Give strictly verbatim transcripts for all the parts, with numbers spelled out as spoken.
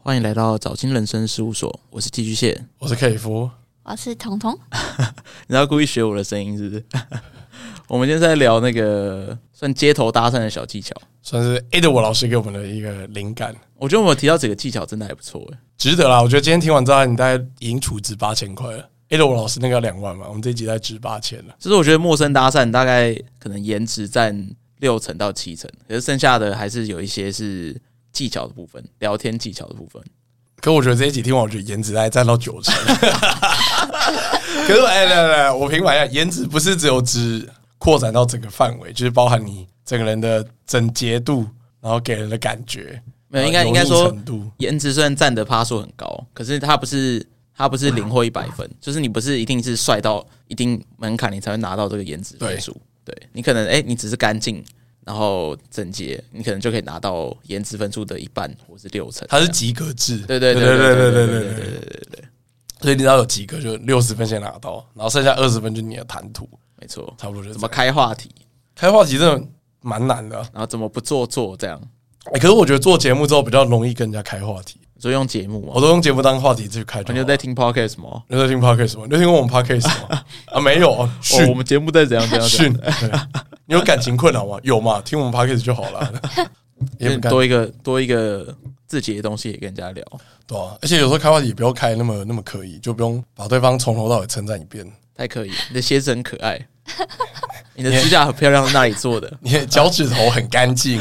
欢迎来到早金人生事务所，我是寄居蟹， 我是 K 夫， 我是彤彤。 你要故意学我的声音是不是？我们今天在聊那个算街头搭讪的小技巧， 算是 Edward 老师给我们的一个灵感。 我觉得我们有提到几个技巧真的还不错耶， 值得啦。我觉得今天听完之后，你大概已经储值八千块了。Edward 老师那个要两万嘛，我们这一集在值八千了。 就是我觉得陌生搭讪大概可能颜值占六成到七成，可是剩下的还是有一些是技巧的部分，聊天技巧的部分。 可我觉得这一集听完，我觉得颜值大概占到九成。可是哎，来来来，我平反一下，颜值不是只有指扩展到整个范围，就是包含你整个人的整洁度，然后给人的感觉。 没有，应该应该说，颜值虽然占的趴数很高，可是它不是它不是零或一百分，就是你不是一定是帅到一定门槛，你才会拿到这个颜值分数。对，对你可能哎、欸，你只是干净。然后整洁，你可能就可以拿到颜值分数的一半或是六成。 它是及格制， 对对对对对对对对对对对。 所以你只要有及格，就六十分先拿到，然后剩下二十分就是你的谈吐。 没错， 差不多就是怎么开话题， 开话题真的蛮难的、啊。 然后怎么不做作这样？ 欸、可是我觉得做节目之后比较容易跟人家开话题。 你说用节目吗？ 我都用节目当话题去开。 你就在听 podcast 吗？ 你在听 podcast 吗？你有听过我们 podcast 吗？啊，没有。哦， 我们节目在怎样怎样训。你有感情困扰吗？有嘛？听我们 podcast 就好了。 也多一个多一个自己的东西也跟人家聊。 对啊，而且有时候开话题也不要开那么那么刻意，就不用把对方从头到尾称赞一遍。 太刻意，你的鞋子很可爱，你的指甲很漂亮，是哪里做的？ 你的脚趾头很干净。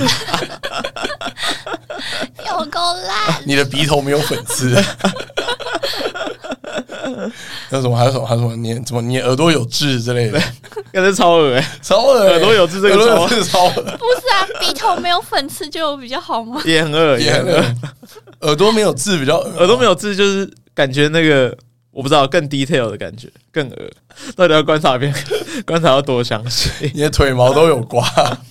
有够烂！ 你的鼻头没有粉刺。还有什么？还有什么？还有什么？你怎么？你耳朵有痣之类的？ 那是超恶哎、欸， 超恶、欸！ 耳朵有痣，这个超恶， 超恶。 不是啊，鼻头没有粉刺就比较好吗？ 也很恶， 也很恶。耳朵没有痣比较恶， 耳朵没有痣就是感觉那个我不知道更 detail 的感觉，更恶。到底要观察片，观察要多详细？ 你的腿毛都有刮。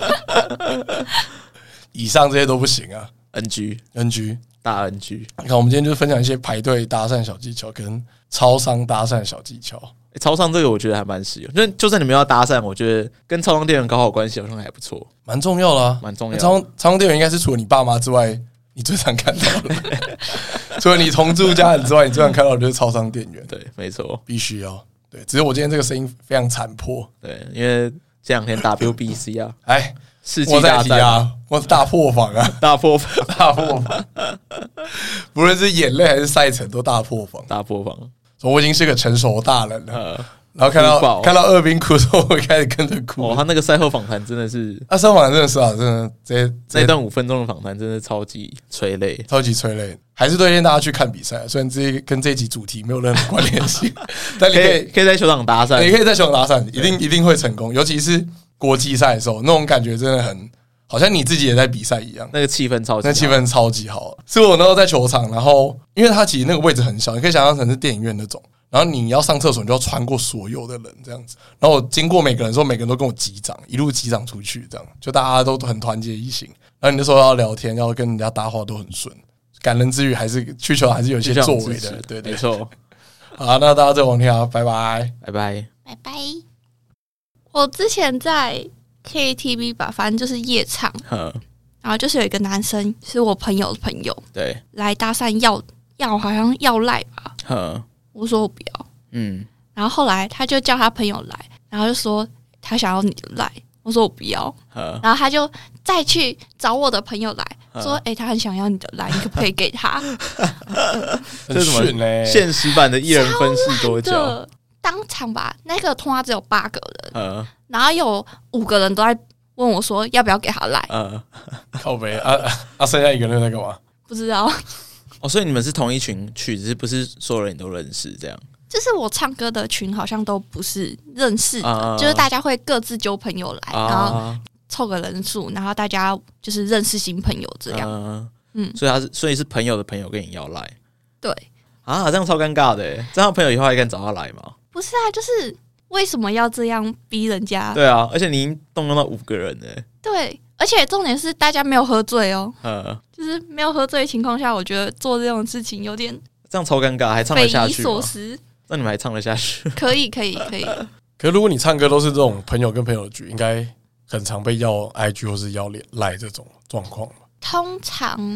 以上这些都不行啊 ！N G N G 大 N G。 你看，我们今天就分享一些排队搭讪小技巧跟超商搭讪小技巧。 欸、超商这个我觉得还蛮实用，就就算你们要搭讪，我觉得跟超商店员搞好关系好像还不错， 蛮重要的啊， 蛮重要的。 超超商店员应该是除了你爸妈之外，你最常看到的。除了你同住家人之外，你最常看到的就是超商店员。 对，没错， 必须要对。只是我今天这个声音非常残破， 对，因为这两天 W B C 啊， 哎。 世纪大战啊！我大破防啊！ 大破防， 大破防！不论是眼泪还是赛程，都大破防， 大破防。 我已经是个成熟大人了， 呃、 然后看到看到二兵哭之后，我开始跟着哭。 哦，他那个赛后访谈真的是， 啊，赛后访谈真的是啊，真的这那段五分钟的访谈真的超级催泪， 超级催泪。还是推荐大家去看比赛，虽然这跟这一集主题没有任何关联性，但你可以可以在球场搭讪， 你可以在球场搭讪，一定一定会成功，尤其是国际赛的时候，那种感觉真的很，好像你自己也在比赛一样。 那个气氛超级好， 那气氛超级好。是我那时候在球场，然后因为它其实那个位置很小，你可以想象成是电影院那种。然后你要上厕所，你就要穿过所有的人这样子。然后我经过每个人的时候，每个人都跟我击掌，一路击掌出去，这样就大家都很团结一心。然后你那时候要聊天，要跟人家搭话都很顺。感人之余，还是去球还是有一些作为的，对 对, 对， 没错。 好，那大家再往听啊，拜拜， 拜拜， 拜拜。我之前在 K T V 吧，反正就是夜唱，然后就是有一个男生是我朋友的朋友，对，来搭讪要要好像要赖吧，我说我不要，嗯，然后后来他就叫他朋友来，然后就说他想要你的赖，我说我不要，然后他就再去找我的朋友来说，哎、欸，他很想要你的赖，你可不可以给他？ 这是什么现实版的一人分饰多角？ 当场吧，那个通话只有八个人，然后有五个人都在问我说要不要给他赖， 嗯，靠北啊啊，剩下一个人在干嘛？ 不知道。 哦，所以你们是同一群去，只是不是所有人都认识这样？ 就是我唱歌的群好像都不是认识的，啊、就是大家会各自揪朋友来，啊、然后凑个人数，然后大家就是认识新朋友这样。啊、 嗯，所以他是所以是朋友的朋友跟你要来， 对啊，这样超尴尬的耶，这样朋友以后还敢找他来吗？ 不是啊，就是为什么要这样逼人家？ 对啊，而且你已经动用到五个人耶。 对。而且重点是大家没有喝醉哦，呃，就是没有喝醉的情况下，我觉得做这种事情有点这样超尴尬，还唱得下去吗？ 匪夷所思。 那你们还唱得下去？ 可以，可以，可以。 可是如果你唱歌都是这种朋友跟朋友的局，应该很常被要 I G 或是要赖这种状况吧？ 通常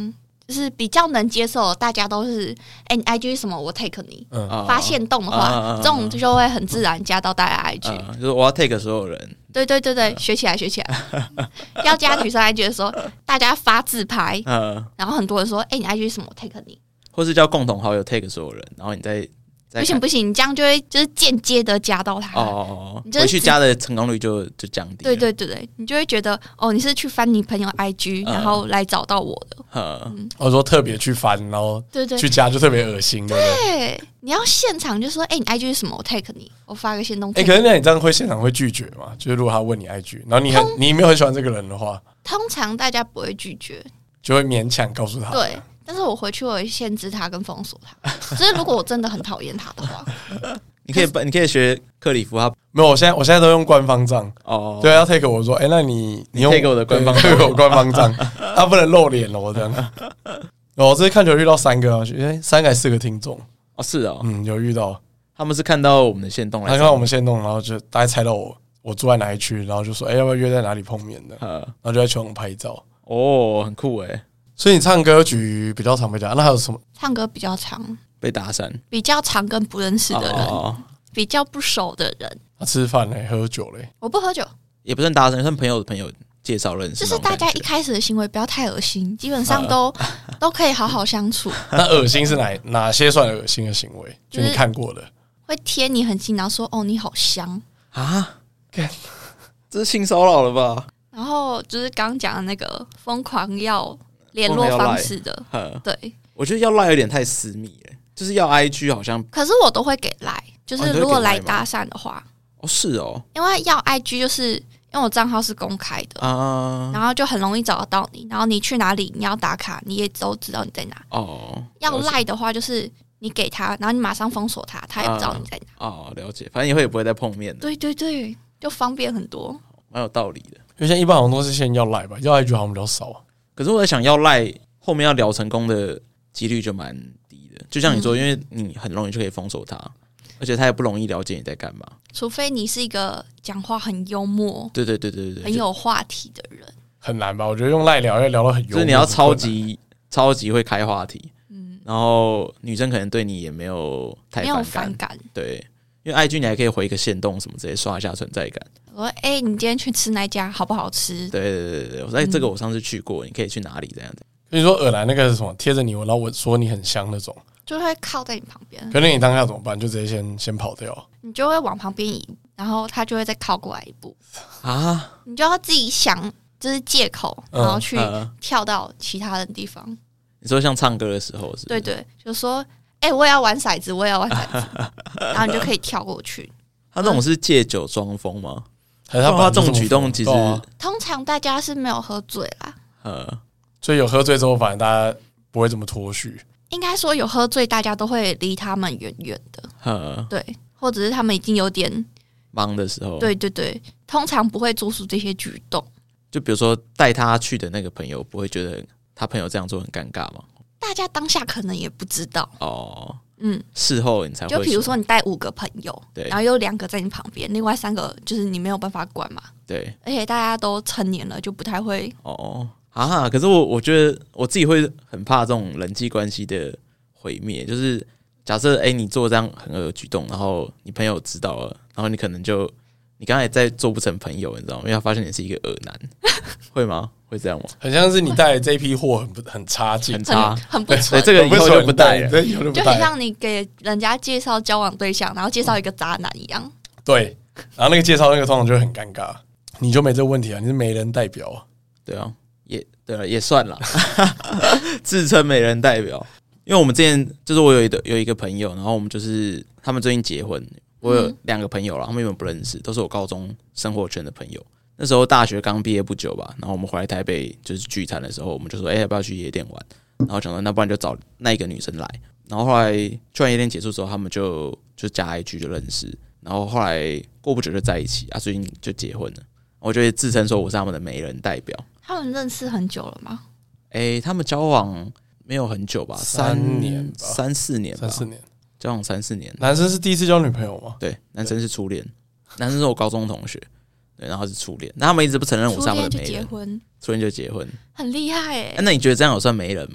就是比较能接受，大家都是哎、欸，你 I G 什么我 take 你，嗯、发现动的话、嗯，这种就会很自然加到大家 I G，、 嗯、就是我要 take 所有人。 对对对对，嗯、学起来学起来。要加女生 I G 的时候，大家发自拍，嗯、然后很多人说，哎、欸，你 I G 什么我 take 你， 或是叫共同好友 take 所有人，然后你再。 不行不行，你这样就会就是间接的加到他哦，你回去加的成功率就就降低了。 对对对对，你就会觉得哦，你是去翻你朋友 I G，、嗯、然后来找到我的。 嗯，或者说特别去翻，然后对对去加就特别恶心，对不对？ 对，你要现场就说，哎、欸，你 I G 是什么？我 take 你，我发个限动。 哎、欸，可是那你这样会现场会拒绝吗？就是如果他问你 I G， 然后你很你没有很喜欢这个人的话， 通常大家不会拒绝， 就会勉强告诉他。 对。但是我回去我会限制他跟封锁他，就是如果我真的很讨厌他的话， 你可以你可以学克里夫，他没有，我现在我现在都用官方账哦，对，要 take 我说，哎、欸，那你你用 take 我的官方 ，take 我官方账，他不能露脸了，我这样。哦，我这次看球遇到三个，哎，三个还是四个听众哦，是哦， 嗯，有遇到， 他们是看到我们的限动来， 他看到我们限动，然后就大概猜到我我住在哪一区，然后就说，哎、欸，要不要约在哪里碰面的？然后就在球场拍照， 哦，很酷哎。 所以你唱歌曲比较常被打，那还有什么？ 唱歌比较常被搭讪， 比较常跟不认识的人，哦、比较不熟的人。 啊、吃饭嘞，喝酒嘞？ 我不喝酒， 也不算搭讪，算朋友的朋友介绍认识。 就是大家一开始的行为不要太恶心，基本上都、呃、都可以好好相处。 那恶心是哪哪些算恶心的行为？就你看过的， 会贴你很近，然后说哦你好香啊，这是性骚扰了吧？ 然后就是刚刚讲的那个疯狂要联络方式的，对， 我觉得要赖有点太私密了，就是要 I G 好像， 可是我都会给赖，就是如果来搭讪的话， 哦是哦， 因为要 I G 就是因为我账号是公开的啊，然后就很容易找得到你，然后你去哪里你要打卡，你也都知道你在哪。哦，要赖的话就是你给他，然后你马上封锁他，他也不知道你在哪。 哦，了解，反正以后也不会再碰面的。 对对对，就方便很多， 蛮有道理的。 因为现在一般好像都是先要赖吧，要 I G 好像比较少。 可是我在想要赖后面要聊成功的几率就蛮低的，就像你说，因为你很容易就可以封锁他，而且他也不容易了解你在干嘛， 除非你是一个讲话很幽默， 对对对对对， 很有话题的人， 很难吧？我觉得用赖聊要聊到很幽默， 就是你要超级超级会开话题，嗯，然后女生可能对你也没有太反感，没有反感，对，因为 I G 你还可以回一个限动什么，直接刷一下存在感。 我说：“哎、欸，你今天去吃那家好不好吃？” 对对对对，我说：“哎、欸，这个我上次去过，嗯、你可以去哪里这样子。” 所以说，尔兰那个是什么贴着你，然后我说你很香那种， 就会靠在你旁边。 可是你当下怎么办？就直接先先跑掉？ 你就会往旁边移，然后他就会再靠过来一步啊！你就要自己想，就是借口，然后去跳到其他的地方。嗯嗯、 你说像唱歌的时候是不是？ 对对，就说：“哎、欸，我也要玩骰子，我也要玩骰子。”然後你就可以跳过去。 他这种是借酒装疯吗？还是他这种举动其实、啊、 通常大家是没有喝醉啦， 呃，所以有喝醉之后，反正大家不会这么脱序。 应该说有喝醉，大家都会离他们远远的，呃，对，或者是他们已经有点忙的时候， 对对对，通常不会做出这些举动。 就比如说带他去的那个朋友，不会觉得他朋友这样做很尴尬吗？ 大家当下可能也不知道哦。嗯， 事后你才会就比如说你带五个朋友，对，然后有两个在你旁边，另外三个就是你没有办法管嘛，对，而且大家都成年了，就不太会哦啊。可是我我觉得我自己会很怕这种人际关系的毁灭，就是假设哎、欸、你做这样很恶的举动，然后你朋友知道了，然后你可能就你刚才再做不成朋友，你知道吗？因为他发现你是一个恶男，会吗？会这样吗？ 很像是你带的这批货很不很差劲， 很差， 很不纯。 这个以后就不带了， 就很像你给人家介绍交往对象，然后介绍一个渣男一样。 对，然后那个介绍那个通常就很尴尬，你就没这个问题啊，你是媒人代表啊。 对啊，也对了，也算了，自称媒人代表。因为我们之前就是我有一个有一个朋友，然后我们就是他们最近结婚，我有两个朋友啦，他们原本不认识，都是我高中生活圈的朋友。那时候大学刚毕业不久吧，然后我们回来台北就是聚餐的时候，我们就说，哎、欸，要不要去夜店玩？然后想说，那不然就找那一个女生来。然后后来去完夜店结束之后，他们就就加 I G 就认识，然后后来过不久就在一起啊，最近就结婚了。我就会自称说我是他们的媒人代表。 他们认识很久了吗？ 哎、欸，他们交往没有很久吧， 三年吧， 三四年吧， 三四年， 交往三四年。 男生是第一次交女朋友吗？ 对，男生是初恋，男生是我高中同学。对，然后是初恋，那他们一直不承认我是他们的媒人，初恋就结婚，初恋就结婚， 很厉害哎、 欸啊。那你觉得这样有算媒人吗？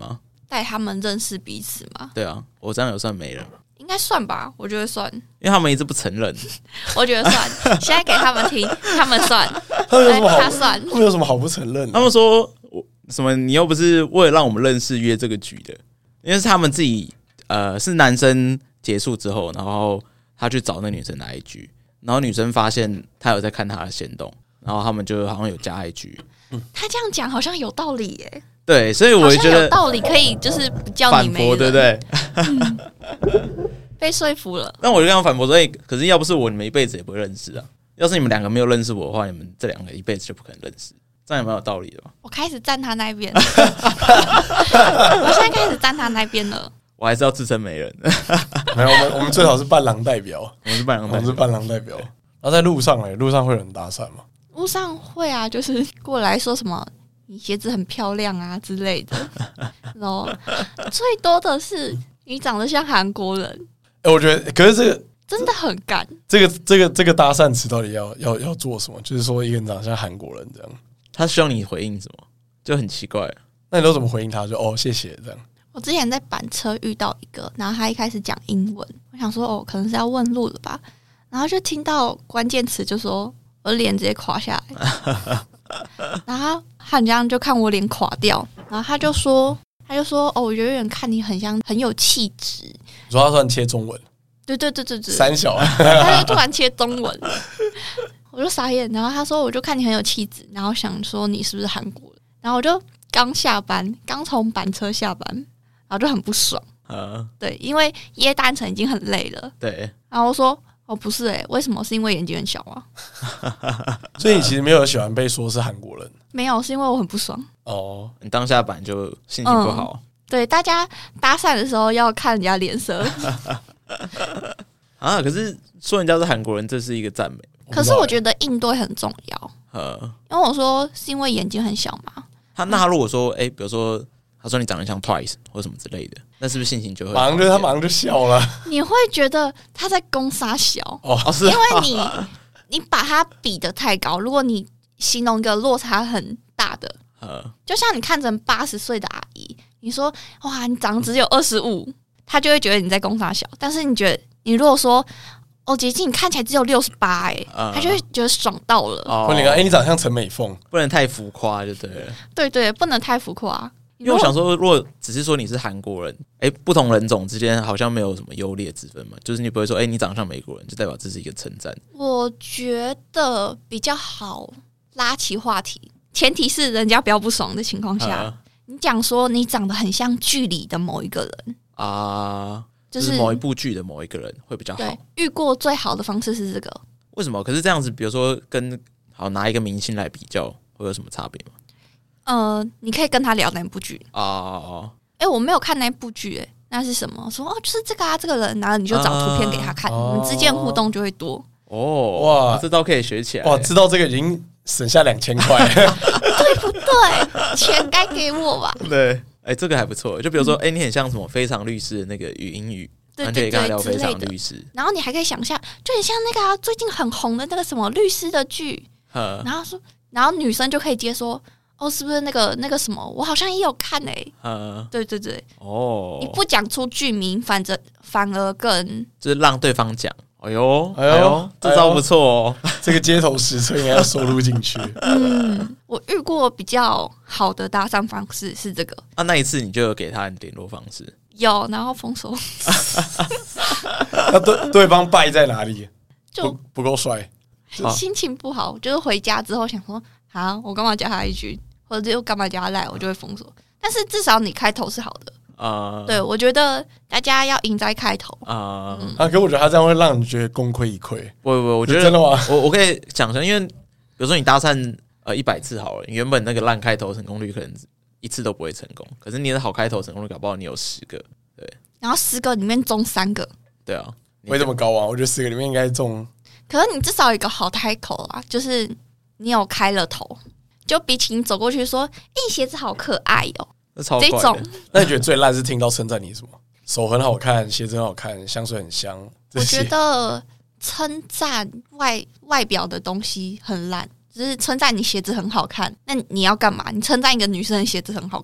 带他们认识彼此吗？ 对啊，我这样有算媒人吗？ 应该算吧，我觉得算， 因为他们一直不承认。 我觉得算，现在给他们听，他们算， 他们有什么好？ 他算， 他们有什么好不承认的？ 他们说我什么？你又不是为了让我们认识约这个局的，因为是他们自己，呃，是男生结束之后，然后他去找那女生的 I G， 然后女生发现他有在看他的限动，然后他们就好像有加 I G。嗯， 他这样讲好像有道理耶。 对，所以我觉得有道理，可以就是不叫你媒人， 对不对？ 嗯，被说服了。 但我就跟他反驳说：“哎、欸，可是要不是我，你们一辈子也不会认识啊。要是你们两个没有认识我的话，你们这两个一辈子就不可能认识。这样也蛮有道理的吧？” 我开始站他那边，我现在开始站他那边了。 我还是要自称媒人。 没有，我们我们最好是伴郎代表， 我们是伴郎代表， 我们是伴郎代表。然后在路上，哎，路上会有人搭讪吗？ 路上会啊，就是过来说什么你鞋子很漂亮啊之类的。然后最多的是你长得像韩国人。 哎、欸，我觉得，可是这个真的很干。 这个这个这个搭讪词到底要要要做什么？就是说一个人长得像韩国人这样， 他希望你回应什么，就很奇怪。 那你都怎么回应他？就哦，谢谢这样。 我之前在板车遇到一个，然后他一开始讲英文，我想说哦，可能是要问路了吧，然后就听到关键词就说。我脸直接垮下来，然后他这样就看我脸垮掉，然后他就说，他就说，哦，我远远看你很像，很有气质。 你说他突然切中文， 对对对对对， 三小， 他就突然切中文，我就傻眼。然后他说，我就看你很有气质，然后想说你是不是韩国人？然后我就刚下班，刚从板车下班，然后就很不爽。Uh, 对，因为耶单程已经很累了。 对， 然后我说。哦，不是哎、欸，为什么？是因为眼睛很小啊。 所以你其实没有喜欢被说是韩国人， 没有，是因为我很不爽。 哦，你当下版就心情不好。 嗯、对，大家搭讪的时候要看人家脸色。 啊，可是说人家是韩国人，这是一个赞美。 可是我觉得应对很重要。 呃， 因为我说是因为眼睛很小嘛。 他那他如果说，哎、欸，比如说。他说你长得像 Twice 或什么之类的，那是不是心情就会马上就他马上就笑了？ 你会觉得他在攻杀小哦， 是因为你你把他比得太高。如果你形容一个落差很大的，就像你看成八十岁的阿姨，你说哇你长得只有二十五，他就会觉得你在攻杀小。但是你觉得你如果说哦姐姐你看起来只有六十八，哎，他就会觉得爽到了。 哦，你看，哎，你长得像陈美凤， 不能太浮夸就对了。 对对，不能太浮夸。 因为我想说，如果只是说你是韩国人，哎，不同人种之间好像没有什么优劣之分嘛，就是你不会说，哎，你长得像美国人，就代表这是一个称赞。 我觉得比较好拉起话题，前提是人家不要不爽的情况下，啊、你讲说你长得很像剧里的某一个人啊，就是、就是某一部剧的某一个人会比较好。 对，遇过最好的方式是这个。 为什么？可是这样子，比如说跟好拿一个明星来比较，会有什么差别吗？ 呃，你可以跟他聊那部剧哦。 哎、欸，我没有看那部剧，哎，那是什么？说哦，就是这个啊，这个人，然后你就找图片给他看， 啊、 你们之間互动就会多。 哦，哇，这招可以学起来。 哇，知道这个已经省下两千块， 对不对？钱该给我吧？ 对，哎、欸，这个还不错。就比如说，哎、欸，你很像什么非常律师的那个语音语，对对对，可以跟他聊非常律师。 然后你还可以想象，就很像那个、啊、最近很红的那个什么律师的剧，然后说，然后女生就可以接说。哦，是不是那个那个什么？我好像也有看诶、欸。嗯，对对对。哦，你不讲出剧名，反正反而更就是让对方讲。哎呦，哎呦，这招不错哦。 这个街头实测应该要收录进去。 嗯，我遇过比较好的搭讪方式是这个。 啊，那一次你就有给他联络方式？ 有，然后封锁。 那对对方败在哪里？就不不够帅， 心情不好，就是回家之后想说，好，我干嘛加他一句？或者又干嘛加他赖，我就会封锁。但是至少你开头是好的啊。Uh, 对，我觉得大家要赢在开头啊。 嗯、啊，可我觉得他这样会让你觉得功亏一篑。 不不，我觉得真的吗？ 我我可以讲一下，因为比如说你搭讪呃一百次好了，你原本那个烂开头成功率可能一次都不会成功，可是你的好开头成功率搞不好你有十个，对。 然后十个里面中三个， 对啊， 没这么高啊。我觉得十个里面应该中。 可是你至少有一个好开口啊，就是你有开了头。就比起你走过去说，哎、欸，你鞋子好可爱哦、 喔，这种。 那你觉得最烂是听到称赞你什么？手很好看，鞋子很好看，香水很香。 我觉得称赞外外表的东西很烂，就是称赞你鞋子很好看。那你要干嘛？你称赞一个女生的鞋子很好看，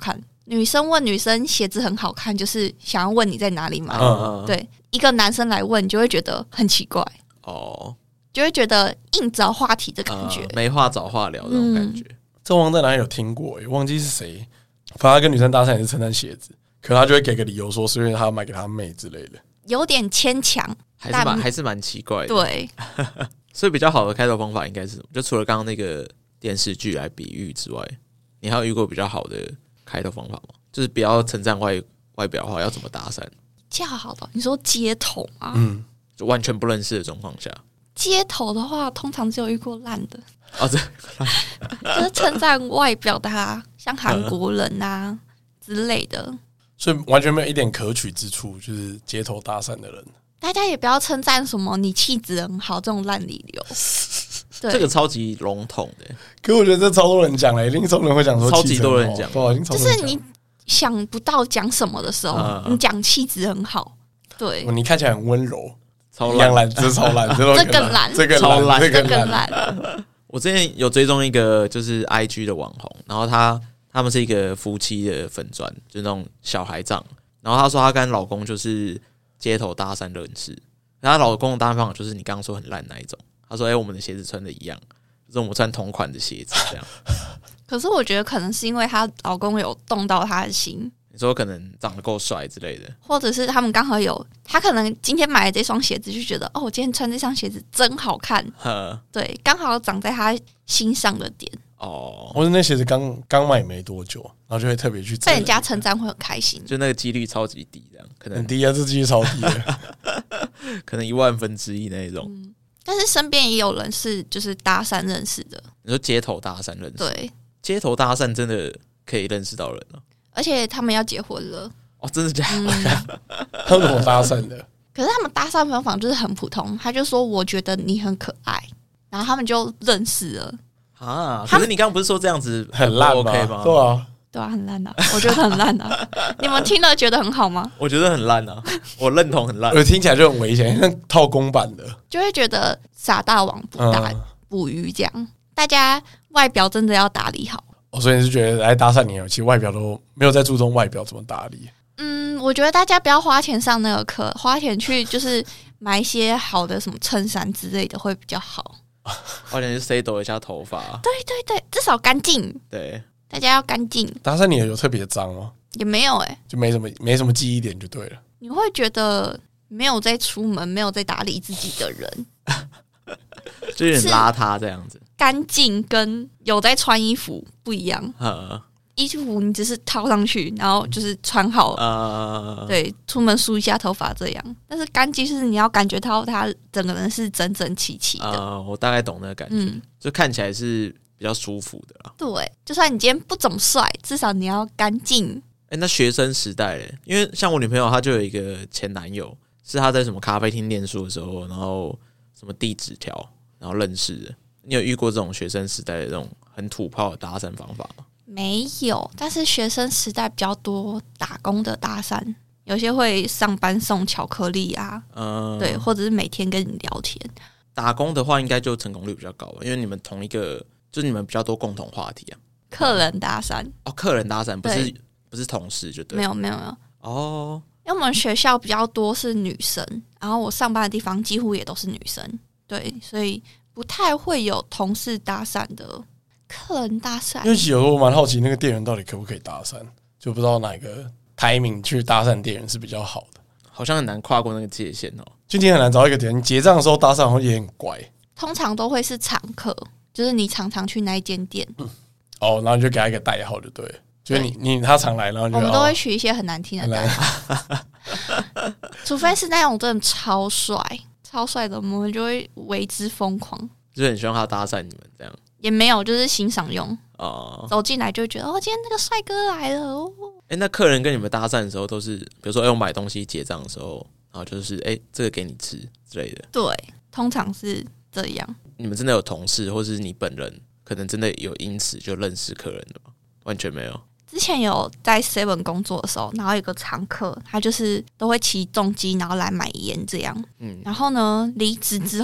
女生问女生鞋子很好看，就是想要问你在哪里买。 嗯对，一个男生来问，你就会觉得很奇怪哦，就会觉得硬找话题的感觉，呃、 没话找话聊那种感觉。嗯、 这网站哪里有听过、欸？忘记是谁，反正他跟女生搭讪也是称赞鞋子，可他就会给个理由说是因为他要买给他妹之类的， 有点牵强， 还是蛮还是蛮奇怪的。 对， 所以比较好的开头方法应该是什么？就除了刚刚那个电视剧来比喻之外，你还有遇过比较好的开头方法吗？就是不要称赞外外表的话，要怎么搭讪？ 比较好的，你说街头啊？ 嗯， 就完全不认识的状况下， 街头的话，通常只有遇过烂的。 哦，这就是称赞外表的啊，像韩国人啊之类的， 所以完全没有一点可取之处，就是街头搭讪的人。 大家也不要称赞什么你气质很好这种烂理由。对， 这个超级笼统的。 可我觉得这超多人讲了，一定超多人会讲说超级多人讲， 就是你想不到讲什么的时候，嗯、你讲气质很好，对， 你看起来很温柔， 超烂，这超烂， 这更烂， 这个超烂， 这更烂。 我之前有追踪一个就是 I G 的网红，然后他他们是一个夫妻的粉专，就是那种小孩账。然后她说她跟老公就是街头搭讪认识，然后她老公的搭讪方法就是你刚刚说很烂那一种。她说：“哎、欸，我们的鞋子穿的一样，就是我们穿同款的鞋子这样。” 可是我觉得可能是因为她老公有动到她的心。 你说可能长得够帅之类的， 或者是他们刚好有，他可能今天买了这双鞋子，就觉得哦，我今天穿这双鞋子真好看，对，刚好长在他心上的点哦。或者那鞋子刚刚买没多久，然后就会特别去被人家称赞，会很开心， 就那个几率超级低，这样可能很低啊，这几率超低的， 可能一万分之一那种、嗯。 但是身边也有人是就是搭讪认识的， 你说街头搭讪认识， 对， 街头搭讪真的可以认识到人了。 而且他们要结婚了哦，真的假的？ 嗯、他们怎么搭讪的？ 可是他们搭讪方法就是很普通，他就说我觉得你很可爱，然后他们就认识了啊。可是你刚刚不是说这样子很烂吗？对啊， 对啊，很烂啊，我觉得很烂啊。你们听了觉得很好吗？ 我觉得很烂啊，我认同很烂。 我听起来就很危险，像套公版的， 就会觉得撒大网捕大捕鱼这样。大家外表真的要打理好。 哦、所以你是觉得来搭讪你，其实外表都没有在注重外表怎么打理？ 嗯，我觉得大家不要花钱上那个课，花钱去就是买一些好的什么衬衫之类的会比较好。 花钱去塞抖一下头发， 对对对，至少干净。 对， 大家要干净。 搭讪你有特别脏吗？ 也没有哎、欸， 就没什么没什么记忆点就对了。 你会觉得没有在出门、没有在打理自己的人， 就有点邋遢这样子。 干净跟有在穿衣服不一样，衣服你只是套上去，然后就是穿好，呃、对，出门梳一下头发这样。但是干净是你要感觉到他整个人是整整齐齐的。 呃、我大概懂那个感觉、嗯，就看起来是比较舒服的啦。 对，就算你今天不怎么帅，至少你要干净。 哎、欸，那学生时代嘞，因为像我女朋友，她就有一个前男友，是她在什么咖啡厅念书的时候，然后什么递纸条，然后认识的。你有遇过这种学生时代的这种很土炮的搭讪方法吗？ 没有，但是学生时代比较多打工的搭讪，有些会上班送巧克力啊，嗯，对，或者是每天跟你聊天。 打工的话，应该就成功率比较高，因为你们同一个，就是你们比较多共同话题啊。 客人搭讪哦，客人搭讪不是不是同事就对， 没有没有没有哦，因为我们学校比较多是女生，然后我上班的地方几乎也都是女生，对，所以不太会有同事搭讪的。客人搭讪， 因为其实有时候我蛮好奇那个店员到底可不可以搭讪，就不知道哪个 timing 去搭讪店员是比较好的， 好像很难跨过那个界限哦。 今天很难找到一个点，你结账的时候搭讪好像也很怪。 通常都会是常客，就是你常常去那一间店、嗯， 哦，然后你就给他一个代号就对了，就是你你他常来，然后就我们都会取一些很难听的代号，除非是那种真的超帅、超帅的，我们就会为之疯狂， 就是很希望他搭讪你们这样。 也没有，就是欣赏用哦。走进来就觉得哦，今天那个帅哥来了哦。 哎、欸，那客人跟你们搭讪的时候，都是比如说，哎、欸，我买东西结账的时候，然后就是哎、欸，这个给你吃之类的。 对，通常是这样。 你们真的有同事，或是你本人，可能真的有因此就认识客人的吗？完全没有。 之前有在 Seven 工作的时候，然后有个常客，他就是都会骑重机，然后来买烟这样。嗯，然后呢，离职之后，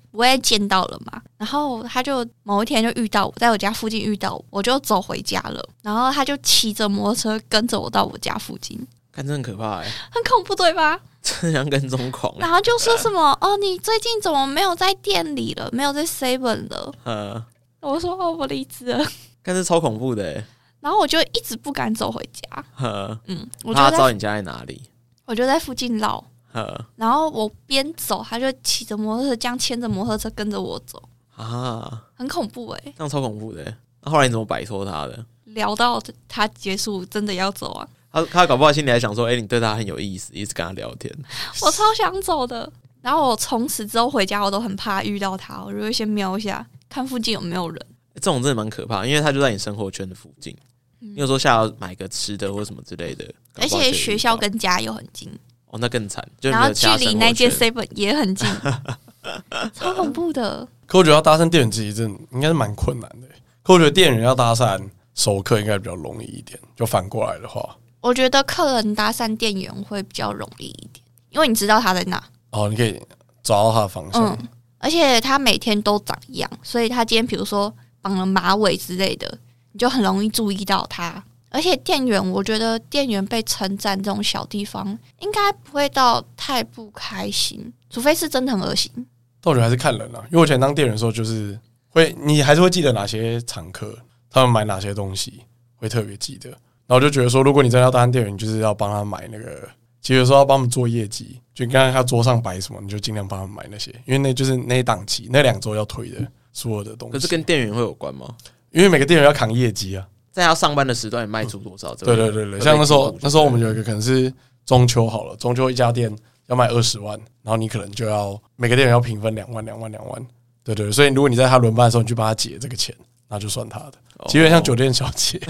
不会见到了嘛。然后他就某一天就遇到我，在我家附近遇到我，我就走回家了。然后他就骑着摩托车跟着我到我家附近， 看真的很可怕哎、欸， 很恐怖对吧？ 真像跟踪狂、欸。 然后就说什么哦，你最近怎么没有在店里了，没有在 Seven 了？嗯，我说哦，我离职了。 但是超恐怖的哎、欸。 然后我就一直不敢走回家。 嗯，我怕他知道你家在哪里。 我就在附近绕。然后我边走，他就骑着摩托车，这样牵着摩托车跟着我走啊，很恐怖哎、欸， 这样超恐怖的、欸。那后来你怎么摆脱他的？ 聊到他结束，真的要走啊。 他他搞不好心里还想说，哎、欸，你对他很有意思，一直跟他聊天。 我超想走的。然后我从此之后回家，我都很怕遇到他，我就会先瞄一下，看附近有没有人。 欸、这种真的蛮可怕，因为他就在你生活圈的附近。嗯、你有时候下来买个吃的或什么之类的， 而且学校跟家又很近。 哦，那更惨， 然后距离那间 seven 也很近，超恐怖的。 可我觉得要搭讪店员其实真的应该是蛮困难的。可我觉得店员要搭讪熟客应该比较容易一点。就反过来的话， 我觉得客人搭讪店员会比较容易一点，因为你知道他在哪。 哦，你可以找到他的方向。 嗯，而且他每天都长一样，所以他今天比如说绑了马尾之类的，你就很容易注意到他。而且店员，我觉得店员被称赞这种小地方，应该不会到太不开心，除非是真的很恶心。 但我觉得还是看人啊，因为我以前当店员的时候，就是会你还是会记得哪些常客，他们买哪些东西，会特别记得。然后我就觉得说，如果你真的要当店员，你就是要帮他买那个，其实有时候要帮他们做业绩，就你看看他桌上摆什么，你就尽量帮他们买那些，因为那就是那一档期那两周要推的所有的东西。 可是跟店员会有关吗？ 因为每个店员要扛业绩啊。 在他上班的时段，你卖出多少？ 对对对对，像那时候那时候我们有一个可能是中秋好了，中秋一家店要卖二十万，然后你可能就要每个店员要平分两万两万两万，对对，所以如果你在他轮班的时候，你去帮他结这个钱，那就算他的，基本像酒店小姐。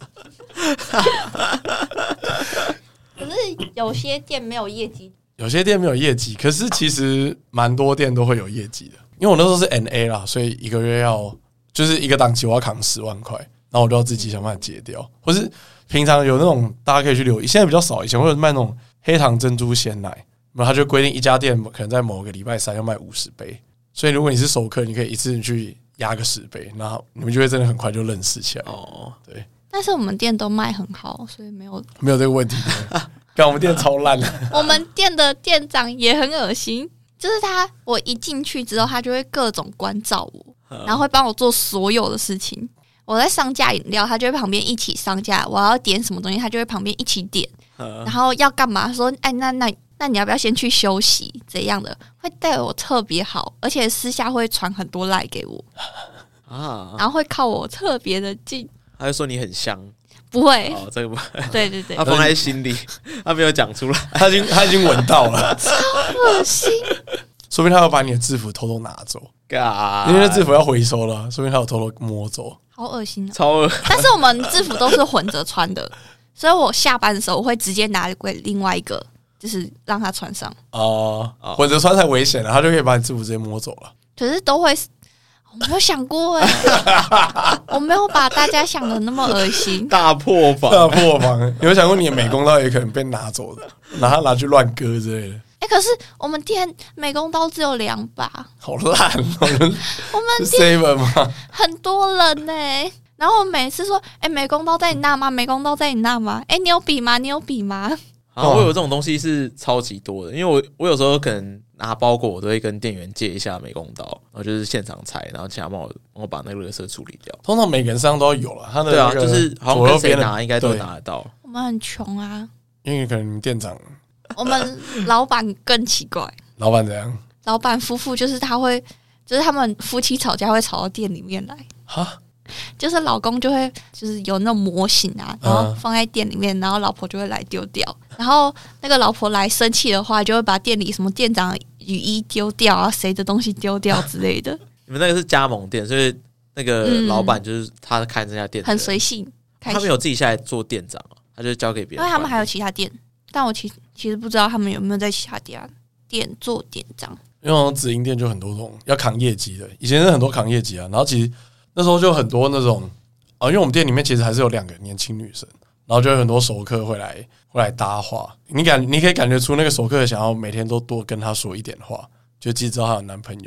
可是有些店没有业绩， 有些店没有业绩，可是其实蛮多店都会有业绩的。因为我那时候是 N A 啦，所以一个月要就是一个档期我要扛十万块。然后我就要自己想办法解掉，或是平常有那种大家可以去留意，现在比较少，以前会有卖那种黑糖珍珠鲜奶，然后他就规定一家店可能在某个礼拜三要卖五十杯，所以如果你是熟客，你可以一次去压个十杯，然后你们就会真的很快就认识起来。哦，对。 但是我们店都卖很好，所以没有没有这个问题。看我们店超烂的， 我们店的店长也很恶心，就是他，我一进去之后，他就会各种关照我，然后会帮我做所有的事情。我在上架饮料，他就会旁边一起上架。我要点什么东西，他就会旁边一起点。然后要干嘛？说，哎，那那那你要不要先去休息？怎样的？会对我特别好，而且私下会传很多赖给我啊，然后会靠我特别的近。 他会说你很香， 不会哦，这个不会。 对对对， 他放在心里，他没有讲出来， 他已经他已经闻到了， 超恶心。 说不定他要把你的制服偷偷拿走，因为那制服要回收了，说不定他有偷偷摸走。 好恶心、啊， 超恶！ 但是我们制服都是混着穿的，所以我下班的时候我会直接拿给另外一个，就是让他穿上。 哦、呃，混着穿太危险了，他就可以把你制服直接摸走了。 可是都会，我没有想过哎、欸，我没有把大家想的那么恶心。 大破防， 大破防！有想过你的美工刀也可能被拿走的，拿它拿去乱割之类的。 哎、欸，可是我们店美工刀只有两把， 好烂哦！我们我们店 seven 吗？ 很多人呢、欸，然后我每次说，哎、欸，美工刀在你那吗？美工刀在你那吗？哎、欸，你有笔吗？你有笔吗？ 啊，我有这种东西是超级多的，因为我我有时候可能拿包裹，我都会跟店员借一下美工刀，然后就是现场裁，然后请他帮我帮我把那个垃圾处理掉。 通常每个人身上都要有了，他的对啊，就是好像跟谁拿应该都拿得到。 我们很穷啊， 因为可能你们店长。 我们老板更奇怪， 老板怎样？ 老板夫妇就是他会，就是他们夫妻吵架会吵到店里面来，哈，就是老公就会就是有那种模型啊，然后放在店里面，然后老婆就会来丢掉，然后那个老婆来生气的话，就会把店里什么店长雨衣丢掉啊，谁的东西丢掉之类的。 你们那个是加盟店，所以那个老板就是他开这家店、 嗯、很随性， 他没有自己下来做店长，他就交给别人， 因为他们还有其他店。但我其其实不知道他们有没有在其他店店做店长， 因为那种直营店就很多种要扛业绩的，以前是很多扛业绩啊，然后其实那时候就很多那种啊，因为我们店里面其实还是有两个年轻女生，然后就有很多熟客会来会来搭话，你感你可以感觉出那个熟客想要每天都多跟她说一点话，就即使知道她有男朋友，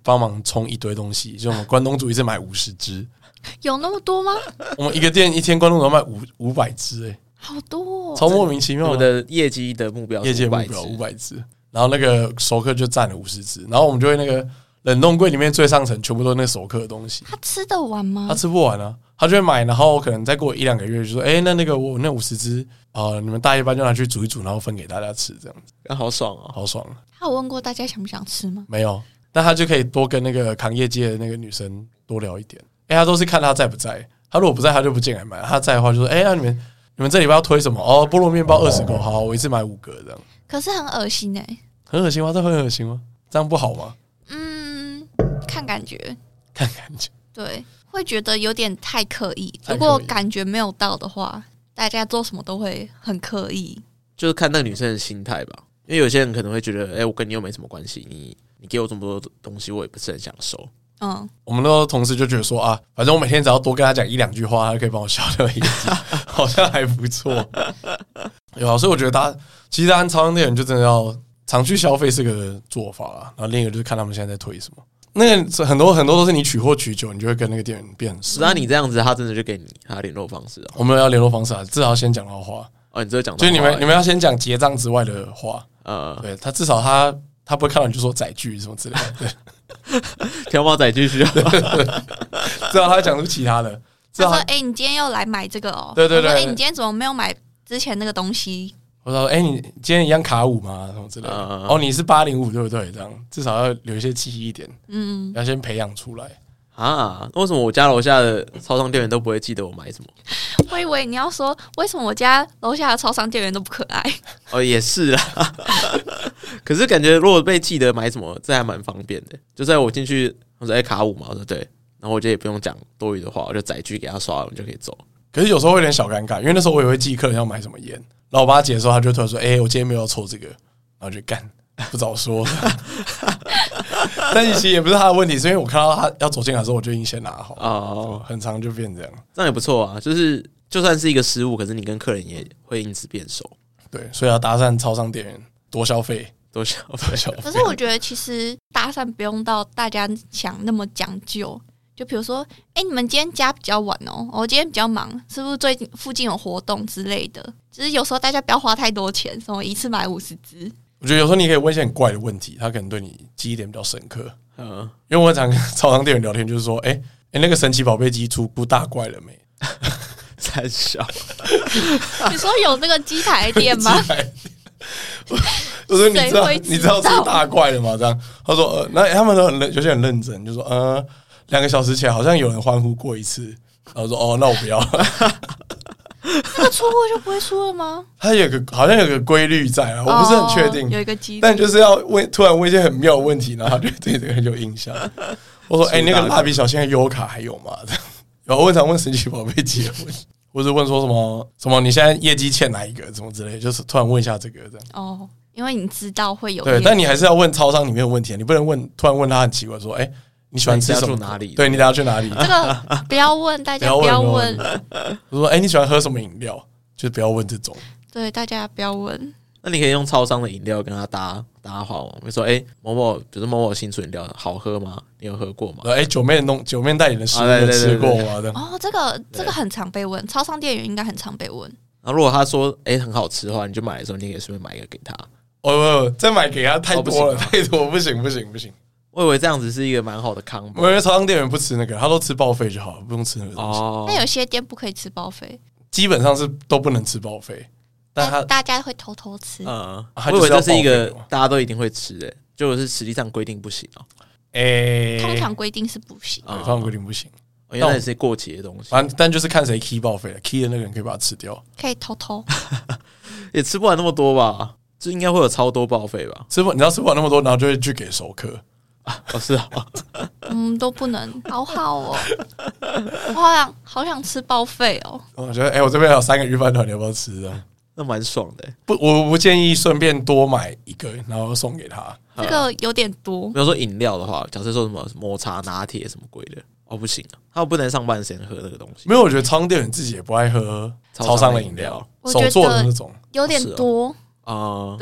帮忙冲一堆东西，就我们关东煮一次买五十只， 有那么多吗？ 我们一个店一天关东煮要卖五五百只，哎， 好多、哦， 超莫名其妙。 我的业绩的目标， 业绩目标五百只，然后那个熟客就占了五十只，然后我们就会那个冷冻柜里面最上层全部都是那个熟客的东西。 他吃得完吗？ 他吃不完啊，他就会买，然后可能再过一两个月就说，哎、欸，那那个我那五十只啊，你们大夜班就拿去煮一煮，然后分给大家吃，这样子， 啊，好爽啊， 好爽啊！ 他有问过大家想不想吃吗？ 没有，但他就可以多跟那个扛业绩的那个女生多聊一点。哎、欸，他都是看他在不在，他如果不在，他就不进来买；他在的话，就说，哎、欸，那你们你们这礼拜要推什么？哦，菠萝面包二十个，好，我一次买五个这样。 可是很恶心哎、欸， 很恶心吗？这很恶心吗？这样不好吗？ 嗯，看感觉， 看感觉， 对，会觉得有点太刻意。 太刻意如果感觉没有到的话，大家做什么都会很刻意。 就是看那个女生的心态吧，因为有些人可能会觉得，哎、欸，我跟你又没什么关系，你你给我这么多东西，我也不是很想收。嗯， 我们那个同事就觉得说啊，反正我每天只要多跟他讲一两句话，他就可以帮我消掉业绩，好像还不错。有啊，所以我觉得大家其实大家超商店员就真的要常去消费是个做法啦。然后另一个就是看他们现在在推什么。那个很多很多都是你取货取久，你就会跟那个店员变很熟。 那你这样子，他真的就给你他联络方式啊？ 我们要联络方式啊，至少要先讲到话。 哦，你这讲到话， 就是你们你们要先讲结账之外的话。呃，对他至少他他不会看到你就说载具什么之类的。对。 条码载具需要， 至少他讲出其他的。 他说：“哎、欸，你今天又来买这个哦？” 对对对。 哎、欸，你今天怎么没有买之前那个东西？ 我说：“哎、欸，你今天一样卡五吗？什么之类的？嗯、哦，你是八零五对不对？这样至少要留一些记忆点，嗯，要先培养出来啊。为什么我家楼下的超商店员都不会记得我买什么？ 我以为你要说为什么我家楼下的超商店员都不可爱？ 哦，也是啦。可是感觉如果被记得买什么，这还蛮方便的。就在我进去，我说：‘哎、欸，卡五嘛。’我说：‘对。’然后我就也不用讲多余的话，我就载具给他刷了，我就可以走。 可是有时候会有点小尴尬，因为那时候我也会记客人要买什么烟，然后我帮他解的时候，他就突然说：‘哎、欸，我今天没有要抽这个。’然后就干，不早说。但其实也不是他的问题，是因为我看到他要走进来的时候，我就已经先拿好哦，很常就变这样。 这样也不错啊，就是就算是一个失误，可是你跟客人也会因此变熟。 对，所以要搭讪超商店员，多消费。 多消费， 可是我觉得其实搭讪不用到大家想那么讲究。就比如说，哎、欸，你们今天加比较晚哦，我今天比较忙，是不是最近附近有活动之类的？只是有时候大家不要花太多钱，什么一次买五十支。 我觉得有时候你可以问一些很怪的问题，他可能对你记忆点比较深刻。嗯，因为我常跟超商店员聊天，就是说，哎、欸，哎、欸，那个神奇宝贝机出出大怪了没？ 太小。 你说有那个机台店吗？ 我说你知道你知道出大怪了吗？这样他说呃，那他们都很认，有些很认真，就说呃，两个小时前好像有人欢呼过一次，然后说哦，那我不要了。 那个出货就不会出了吗？ 他有个好像有个规律在啊，我不是很确定， 哦、有一个机， 但就是要问，突然问一些很妙的问题，然后他就对这个很有印象。我说哎、欸，那个蜡笔小新的优卡还有吗？然后我常问神奇宝贝机的问题。或者问说什么什么？你现在业绩欠哪一个？什么之类，就是突然问一下这个这样。 哦，因为你知道会有对，但你还是要问超商里面的问题，你不能问突然问他很奇怪说，哎、欸，你喜欢吃什么？ 哪里？ 对，你等下去哪里？ 这个不要问，大家不要问。 我说，哎、欸，你喜欢喝什么饮料？就不要问这种。 对，大家不要问。 那你可以用超商的饮料跟他搭搭话嘛？比如说，哎、欸，某某，比如说某某新出饮料好喝吗？你有喝过吗？ 哎、欸，九妹弄九妹代言的食物有吃过吗？ 哦，这个这个很常被问，超商店员应该很常被问。 然后如果他说哎、欸、很好吃的话，你就买的时候你可以顺便买一个给他。 哦，再买给他太多了，哦、太多不行不行不行。 我以为这样子是一个蛮好的 combo。 我以为超商店员不吃那个，他都吃报废就好了，不用吃那个东西。 哦，那有些店不可以吃报废， 基本上是都不能吃报废。但他大家会偷偷吃， 嗯，我以为这是一个大家都一定会吃的，就是实际上规定不行哦。 诶、欸， 通常规定是不行， 对，通常规定不行， 因为那也是过期的东西。 反正但就是看谁 key 报废了 ，key 的那个人可以把它吃掉， 可以偷偷， 也吃不完那么多吧？这应该会有超多报废吧？ 吃不，你要吃不完那么多，然后就会去给熟客。 哦，是啊， 嗯，都不能，好好哦，我好想好想吃报废哦。 我觉得，哎、欸，我这边还有三个预饭团，你要不要吃啊？ 那蛮爽的、欸。 不，我不建议顺便多买一个，然后送给他。 这个有点多。 比如说饮料的话，假设说什么抹茶拿铁什么鬼的，哦不行啊，他不能上班时间喝那个东西。 没有，我觉得超商店员自己也不爱喝超商的饮料，手做的那种， 有点多啊、 呃。对，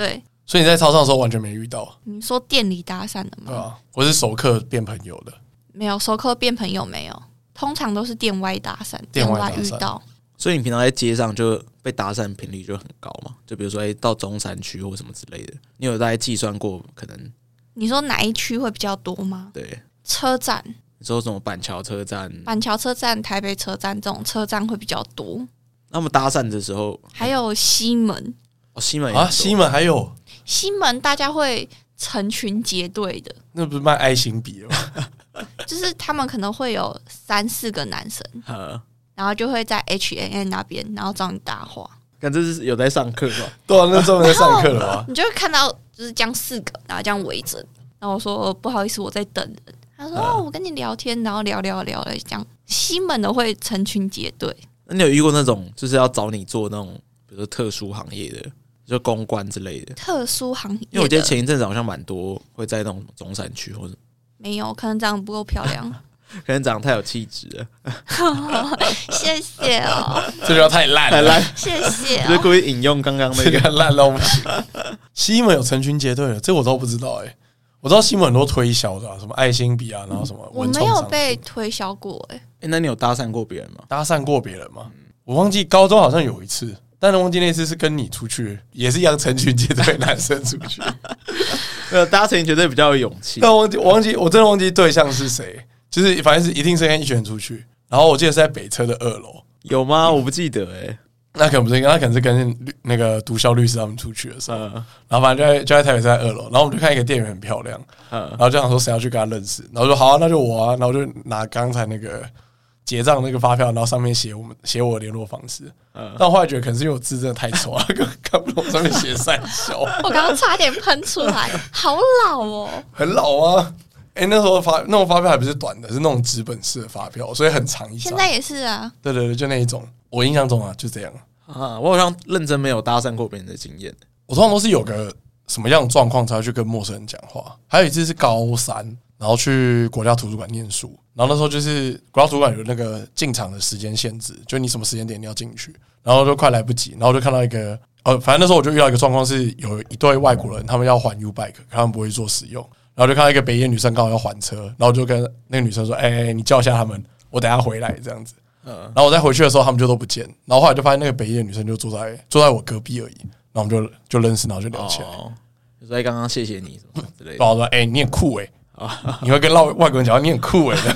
所以你在操场的时候完全没遇到？ 你说店里搭讪的吗？ 对啊，我是熟客变朋友的。 没有熟客变朋友没有，通常都是店外搭讪，店外遇到。 所以你平常在街上就被搭讪频率就很高嘛？就比如说，哎、欸，到中山区或什么之类的，你有大概计算过可能？ 你说哪一区会比较多吗？ 对， 车站。 你说什么板桥车站、 板桥车站、台北车站这种车站会比较多。 那么搭讪的时候， 还有西门哦，西门啊，西门还有西门，大家会成群结队的。 那不是卖爱心笔了吗？ 就是他们可能会有三四个男生，然后就会在 H and M 那边，然后找你搭话。 感觉是有在上课吧？ 对啊，那专门在上课了吗？ 你就会看到就是这样四个，然后这样围着。然后我说、哦、不好意思，我在等人。他说、哦、我跟你聊天，然后聊聊聊了，这样西门的会成群结队。 那你有遇过那种就是要找你做那种，比如说特殊行业的，就公关之类的？ 特殊行业的， 因为我记得前一阵子好像蛮多会在那种中山区或者没有，可能长得不够漂亮， 可能长得太有气质了。 谢谢哦， 这句话太烂了， 太烂， 谢谢、哦。 就故意引用刚刚那个烂到不行。西门有成群结队的，这我都不知道哎、欸。我知道西门很多推销的、啊，什么爱心笔啊，然后什么文创商品。 我没有被推销过哎、欸欸。那你有搭讪过别人吗？ 搭讪过别人吗？嗯、我忘记高中好像有一次，但是忘记那次是跟你出去，也是一样成群结队男生出去。 没有搭成群结队比较有勇气。 但我忘记，我忘记，我真的忘记对象是谁，就是反正是一定是跟一群人出去。然后我记得是在北车的二楼， 有吗？我不记得哎、欸。 那可能不是，那可能是跟那个毒枭律师他们出去的时候，嗯、然后反正就在就在台北在二楼，然后我们就看一个店员很漂亮，嗯、然后就想说谁要去跟他认识，然后说好啊，那就我啊，然后就拿刚才那个结账那个发票，然后上面写我们写我的联络方式，嗯、但我后来觉得可能是因为我字真的太丑了，看不懂上面写三小， 我刚刚差点喷出来，好老哦， 很老啊。哎、欸，那时候发那种发票还不是短的，是那种纸本式的发票，所以很长一张。 现在也是啊。 对对对，就那一种。我印象中啊，就这样啊。我好像认真没有搭讪过别人的经验。 我通常都是有个什么样的状况才会去跟陌生人讲话。还有一次是高三，然后去国家图书馆念书，然后那时候就是国家图书馆有那个进场的时间限制，就你什么时间点你要进去，然后就快来不及，然后就看到一个呃，反正那时候我就遇到一个状况，是有一对外国人，他们要还 U-Bike， 可他们不会做使用。然后就看到一个北一的女生刚好要还车，然后就跟那个女生说：“哎、欸，你叫一下他们，我等一下回来这样子。”然后我再回去的时候，他们就都不见。然后后来就发现那个北一的女生就坐在坐在我隔壁而已。然后我们就就认识，然后就聊起来。 哦，就说刚刚谢谢你什么之类的。 然后说：“哎、欸，你很酷哎、欸，你会跟外外国人讲话，你很酷哎、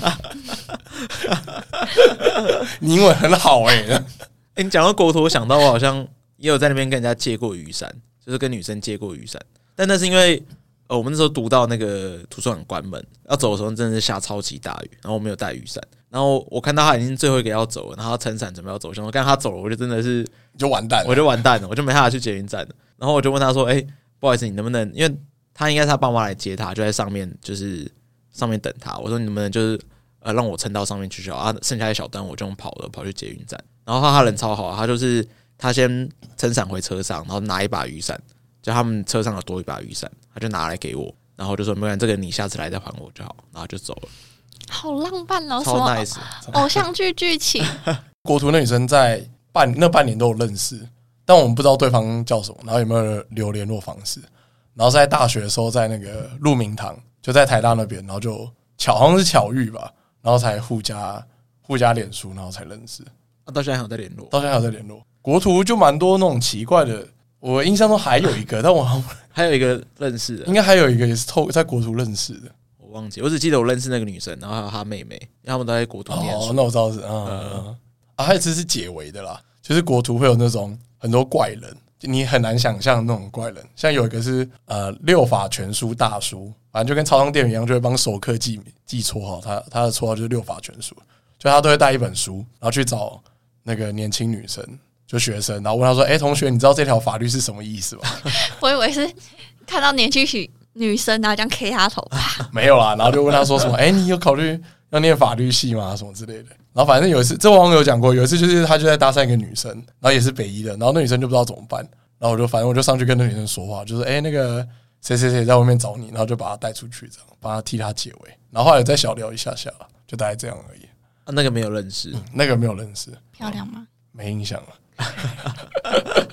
欸，你英文很好哎、欸。” 哎，你讲到国图，我想到我好像也有在那边跟人家借过雨伞，就是跟女生借过雨伞，但那是因为。呃，我们那时候读到那个图书馆关门，要走的时候真的是下超级大雨，然后我没有带雨伞，然后我看到他已经最后一个要走了，然后他撑伞准备要走，想说看他走了，我就真的是就完蛋了， 我就完蛋了，我就没办法去捷运站了。然后我就问他说：“哎、欸，不好意思，你能不能？因为他应该是他爸妈来接他，就在上面，就是上面等他。我说你能不能就是呃让我撑到上面去就好啊？剩下一小段我就用跑了，跑去捷运站。然后他他人超好，他就是他先撑伞回车上，然后拿一把雨伞。”就他们车上有多一把雨伞，他就拿来给我，然后就说：“没关系，这个你下次来再还我就好。”然后就走了。 好浪漫哦， 超 nice， 偶像剧剧情。 国图那女生在半那半年都有认识，但我们不知道对方叫什么，然后有没有留联络方式。然后在大学的时候，在那个鹿鸣堂，就在台大那边，然后就巧好像是巧遇吧，然后才互加互加脸书，然后才认识。 啊，到现在还有在联络， 到现在还有在联络。国图就蛮多那种奇怪的。我印象中还有一个，但我好像还有一个认识的， 应该还有一个也是透在国图认识的， 我忘记，我只记得我认识那个女生，然后还有她妹妹，因为他们都在国图念书。 哦，那我知道是，嗯，嗯啊，还有一次是解围的啦，就是国图会有那种很多怪人，你很难想象那种怪人，像有一个是呃六法全书大叔，反正就跟超商店员一样，就会帮熟客记记绰号，他他的绰号就是六法全书，就他都会带一本书，然后去找那个年轻女生。就学生，然后问他说：“哎、欸，同学，你知道这条法律是什么意思吗？” 我以为是看到年轻女生，然后这样 K 她头吧。 没有啦，然后就问他说什么：“哎、欸，你有考虑要念法律系吗？什么之类的。”然后反正有一次，这网友有讲过，有一次就是他就在搭讪一个女生，然后也是北一的，然后那女生就不知道怎么办，然后我就反正我就上去跟那女生说话，就说：“哎、欸，那个谁谁谁在外面找你。”然后就把她带出去，这样帮她替她解围。然后后来再小聊一下下，就大概这样而已。 啊，那个没有认识， 嗯、那个没有认识， 漂亮吗？ 没印象了。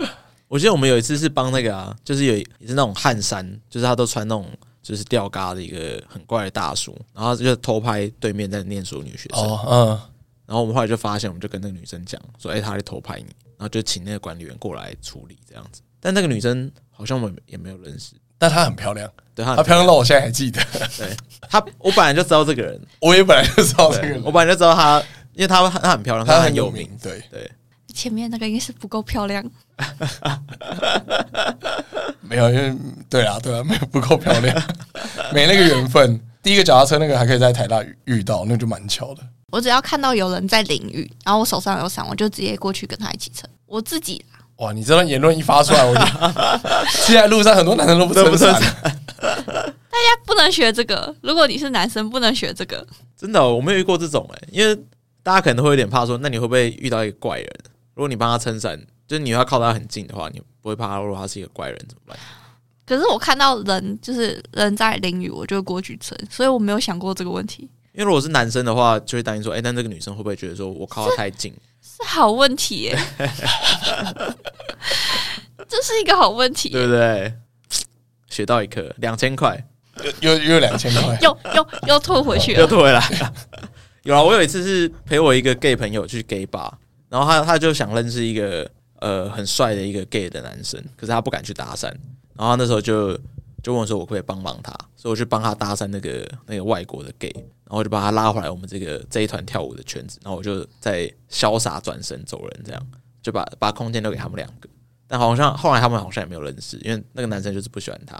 我记得我们有一次是帮那个啊，就是有也是那种汉山，就是他都穿那种就是吊嘎的一个很怪的大叔，然后就偷拍对面在念书的女学生。哦，嗯。然后我们后来就发现，我们就跟那个女生讲说：“哎、欸，她在偷拍你。”然后就请那个管理员过来处理这样子。但那个女生好像我们也没有认识， 但她很漂亮。 对， 她漂亮到我现在还记得。 对，她我本来就知道这个人， 我也本来就知道这个人， 我本来就知道她，因为她她很漂亮，她很有名。 对对， 前面那个应该是不够漂亮。 没有，因为对啊，对啊，没有不够漂亮，没那个缘分。第一个脚踏车那个还可以在台大遇到，那就蛮巧的。 我只要看到有人在淋雨，然后我手上有伞，我就直接过去跟他一起撑。我自己啦。 哇，你这段言论一发出来，我就现在路上很多男生都不撑伞。 大家不能学这个，如果你是男生，不能学这个。 真的、哦，我没有遇过这种哎、欸，因为大家可能会有点怕说，那你会不会遇到一个怪人？如果你帮他撑伞，就是你要靠他很近的话，你不会怕他，如果他是一个怪人怎么办？ 可是我看到人就是人在淋雨，我就过去撑，所以我没有想过这个问题。 因为如果是男生的话，就会担心说，哎、欸，但这个女生会不会觉得说我靠她太近？ 是好问题耶、欸，这是一个好问题、欸， 对不对？学到一课，两千块， 又又又两千块， 又又又退回去了， 又退回来了。有啊，我有一次是陪我一个 gay 朋友去 gay bar， 然后他他就想认识一个呃很帅的一个 gay 的男生，可是他不敢去搭讪，然后他那时候就就问我说我可不可以帮帮他，所以我去帮他搭讪那个那个外国的 gay， 然后我就把他拉回来我们这个这一团跳舞的圈子，然后我就再潇洒转身走人，这样就把把空间留给他们两个，但好像后来他们好像也没有认识，因为那个男生就是不喜欢他。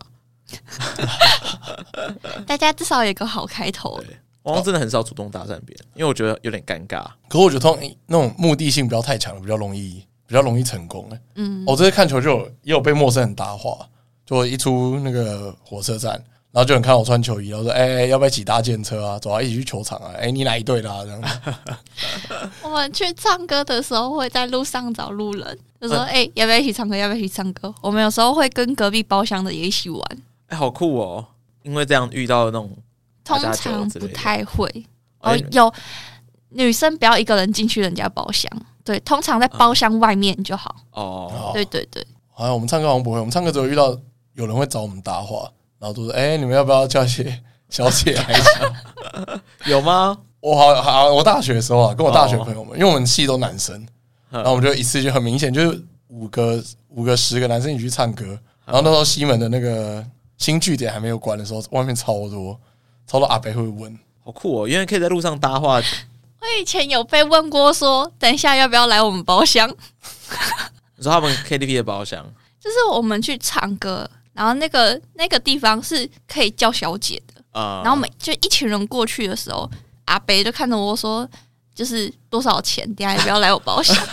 大家至少有一个好开头。 对，我好像真的很少主动搭讪别人，因为我觉得有点尴尬。 可是我觉得通那种目的性不要太强，比较容易比较容易成功、欸。嗯，我、哦、这次看球就有也有被陌生人搭话，就一出那个火车站，然后就有人看我穿球衣，然后说：“哎、欸，要不要一起搭电车啊？走啊，一起去球场啊！哎、欸，你哪一队的啊？”这样子。 我们去唱歌的时候会在路上找路人，就说：“哎、欸，要不要一起唱歌？要不要一起唱歌？”我们有时候会跟隔壁包厢的也一起玩。 哎、欸，好酷哦！因为这样遇到那种。 通常不太会哦，有女生不要一个人进去人家包厢，对，通常在包厢外面就好。哦，对对对。 好像我们唱歌好像不会，我们唱歌只有遇到有人会找我们搭话，然后都说：“哎、欸，你们要不要叫些小姐来一下？” 有吗？ 我好好，我大学的时候啊，跟我大学朋友们，哦、因为我们系都男生，然后我们就一次就很明显，就是五个五个十个男生一起去唱歌，然后那时候西门的那个新据点还没有关的时候，外面超多。超多阿伯会问， 好酷哦！因为可以在路上搭话。 我以前有被问过说，等一下要不要来我们包厢？ 你说他们 K T V 的包厢， 就是我们去唱歌，然后那个那个地方是可以叫小姐的啊、嗯。然后我们就一群人过去的时候，阿伯就看着我说，就是多少钱？等一下要不要来我包厢？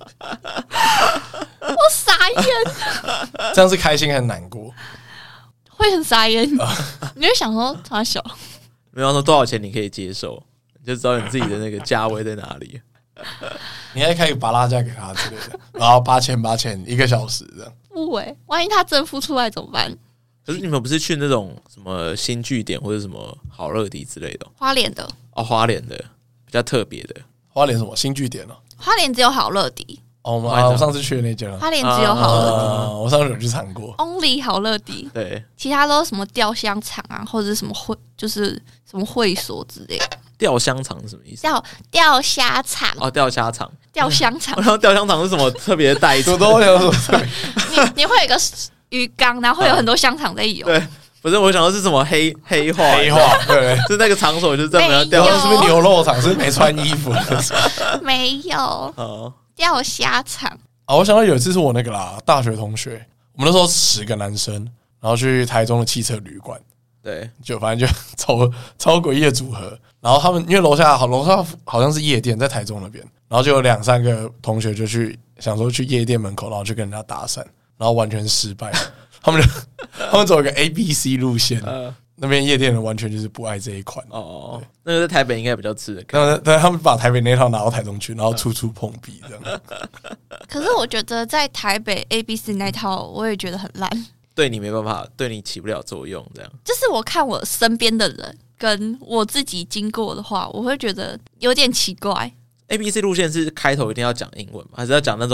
我傻眼。 这样是开心还是难过？ 会很傻眼，你就想说他小， 没有说多少钱你可以接受，你就知道你自己的那个价位在哪里。 你还开个巴拉价给他之类的，然后八千八千一个小时这样。 不欸，万一他真付出来怎么办？ 可是你们不是去那种什么新据点或者什么好乐迪之类的？ 花莲的哦，花莲的比较特别的。 花莲什么新据点哦？ 花莲只有好乐迪。 哦，我、啊、我上次去的那家， 花莲只有好乐迪、 啊，我上次有去尝过 ，Only 好乐迪， 对， 其他都是什么吊香肠啊，或者是什么会，就是什么会所之类的。 吊香肠是什么意思？ 吊吊虾肠哦，吊虾肠， 吊香肠。 然后吊香肠是什么特别的袋子？ 我都有说， 你你会有一个鱼缸，然后会有很多香肠在游。 对，不是我想说是什么黑黑化黑化，对， 是那个场所就是这么要吊， 是不是牛肉场？是不是没穿衣服？ 没有哦，吊虾肠。 啊，我想到有一次是我那个啦，大学同学，我们那时候十个男生，然后去台中的汽车旅馆， 对， 就反正就超超诡异的组合。然后他们因为楼下好楼下好像是夜店，在台中那边，然后就有两三个同学就去想说去夜店门口，然后去跟人家搭讪，然后完全失败。他们就他们走一个 A B C 路线。呃那边夜店人完全就是不爱这一款哦，那个在台北应该比较吃的。 但但他们把台北那套拿到台中去，然后处处碰壁这样。 可是我觉得在台北 A B C 那套，我也觉得很烂， 对你没办法，对你起不了作用。这样就是我看我身边的人跟我自己经过的话，我会觉得有点奇怪。 A B C 路线是开头一定要讲英文吗？还是要讲那种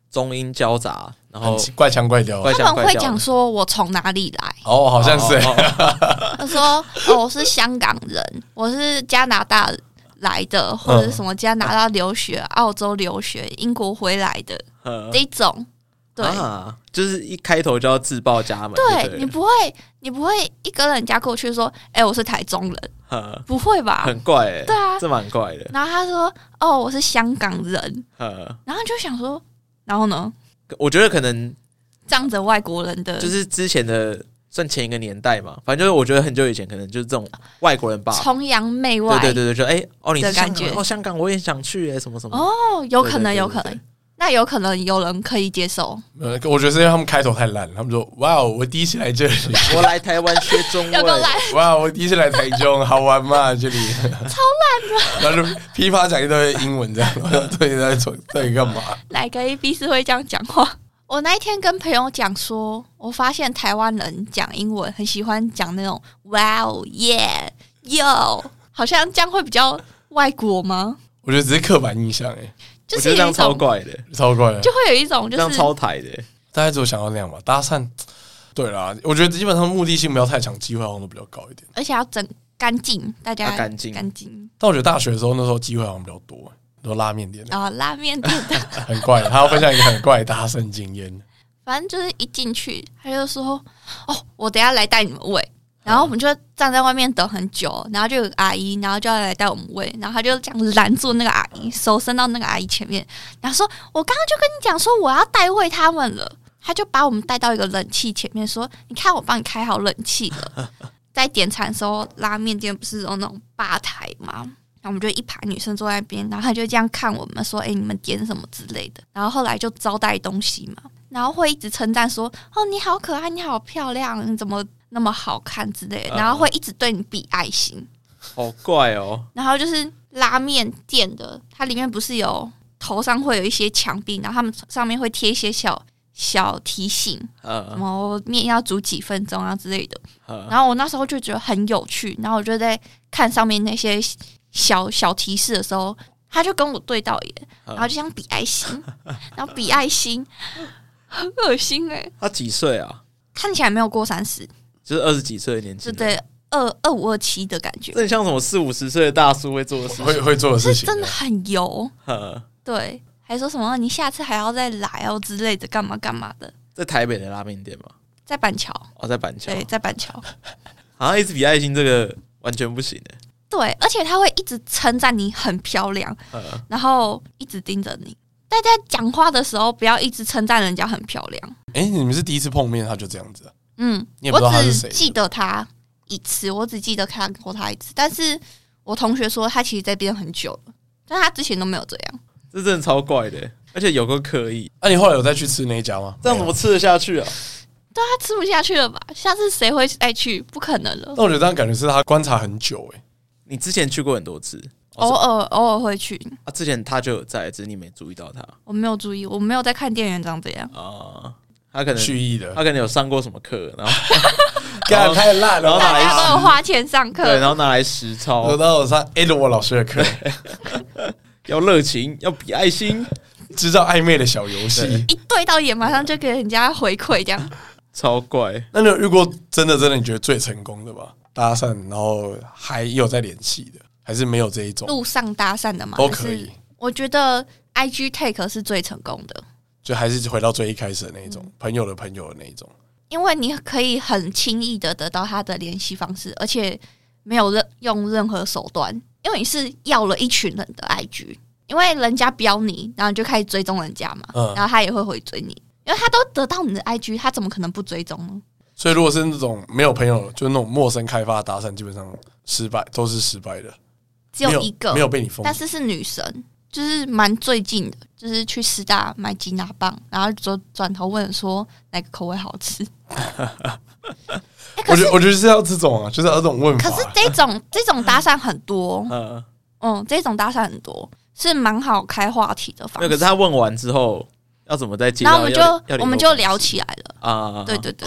中英交杂，然后怪腔怪调， 他们会讲说我从哪里来， 哦，好像是、欸， 他说哦我是香港人，我是加拿大来的，或者是什么加拿大留学、嗯、澳洲留学、英国回来的这种。对、 啊，就是一开头就要自报家门。 对，对你不会，你不会一个人家过去说：“哎、欸，我是台中人。”不会吧？ 很怪哎、欸。 对啊， 这蛮怪的。 然后他说：“哦，我是香港人。”然后就想说，然后呢？ 我觉得可能仗着外国人的， 就是之前的算前一个年代嘛，反正就是我觉得很久以前可能就是这种外国人吧， 崇洋媚外。 对对对对，就哎、欸、哦，你是香港感觉哦，香港我也想去哎、欸，什么什么。 哦，有可能， 对对对对对有可能。那有可能有人可以接受， 呃，我觉得是因为他们开头太烂了。他们说：“哇，我第一次来这里， 我来台湾学中文， 哇，我第一次来台中，好玩吗？这里超烂的。” 然后就噼啪讲一堆英文这样，对，在做在干嘛？ 哪个 A B 是会这样讲话？我那一天跟朋友讲说，我发现台湾人讲英文很喜欢讲那种 “Wow, yeah, yo”， 好像这样会比较外国吗？ 我觉得只是刻板印象哎、欸。 就是我觉得这样超怪的， 超怪的， 就会有一种就是这样超台的， 大家只有想要那样吧。搭讪，对啦，我觉得基本上目的性不要太强，机会好像都比较高一点， 而且要整干净，大家干净干净。 但我觉得大学的时候那时候机会好像比较多，都拉面店啊、哦，拉面店的很怪的。他要分享一个很怪的搭讪经验， 反正就是一进去他就说：“哦，我等一下来带你们喂。”然后我们就站在外面等很久，然后就有个阿姨，然后就要来带我们喂，然后他就这样拦住那个阿姨，手伸到那个阿姨前面，然后说：“我刚刚就跟你讲说我要带喂他们了。”他就把我们带到一个冷气前面，说：“你看我帮你开好冷气了。”在点餐的时候，拉面店不是有那种吧台吗？然后我们就一排女生坐在那边，然后他就这样看我们说：“哎、欸，你们点什么之类的。”然后后来就招待东西嘛，然后会一直称赞说：“哦，你好可爱，你好漂亮，你怎么那么好看之类的，然后会一直对你比爱心， 好怪哦。 然后就是拉面店的，它里面不是有头上会有一些墙壁，然后他们上面会贴一些小小提醒，什么面要煮几分钟啊之类的。然后我那时候就觉得很有趣，然后我就在看上面那些小小提示的时候，他就跟我对到眼，然后就像比爱心，然后比爱心，很恶心哎、欸。 他几岁啊？ 看起来没有过三十。就是二十几岁的年轻人， 对对，二二五二七的感觉， 这很像什么四五十岁的大叔会做的事情， 会会做的事情， 是真的很油。对，还说什么你下次还要再来哦之类的，干嘛干嘛的。 在台北的拉面店吗？ 在板桥。 哦，在板桥。 对，在板桥。 好像一直比爱心这个完全不行的。 对，而且他会一直称赞你很漂亮，然后一直盯着你。大家讲话的时候不要一直称赞人家很漂亮。 哎、欸，你们是第一次碰面他就这样子啊？ 嗯， 你也不知道他是谁， 我只记得他一次，我只记得看过他一次。但是我同学说他其实在边很久了，但他之前都没有这样。 这真的超怪的，而且有个刻意。 那、啊、你后来有再去吃那一家吗？ 这样怎么吃得下去啊？ 对啊，吃不下去了吧？下次谁会再去？不可能了。 但我觉得这样感觉是他观察很久哎、欸。 你之前去过很多次， 偶尔偶尔会去啊。之前他就有在，只是你没注意到他。 我没有注意，我没有在看店员长这样啊。他可能蓄意的， 他可能有上过什么课，然后干太烂了， 然后大家都有花钱上课， 对，然后拿来实操， 然后我上 A 罗老师的课， 要热情，要比爱心， 制造暧昧的小游戏， 一对到眼马上就给人家回馈，这样超怪。 那你有遇过真的真的你觉得最成功的吗？搭讪，然后还有在联系的，还是没有这一种路上搭讪的吗？ 都可以。 我觉得 I G take 是最成功的。 就还是回到最一开始的那一种、嗯、朋友的朋友的那一种， 因为你可以很轻易的得到他的联系方式，而且没有任用任何手段，因为你是要了一群人的 I G， 因为人家标你，然后你就开始追踪人家嘛、嗯，然后他也会回追你，因为他都得到你的 I G， 他怎么可能不追踪呢？ 所以如果是那种没有朋友，就是那种陌生开发的搭讪，基本上失败都是失败的， 只有一个没有被你封， 但是是女生。就是蛮最近的，就是去师大买吉拿棒，然后就转头问说哪个口味好吃。欸、 我觉得我觉得是要这种啊，就是要这种问法。 可是这种这种搭讪很多，嗯嗯，这种搭讪很多是蛮好开话题的方式。 可是他问完之后要怎么再接？ 然后我们就我们就聊起来了啊！对对对，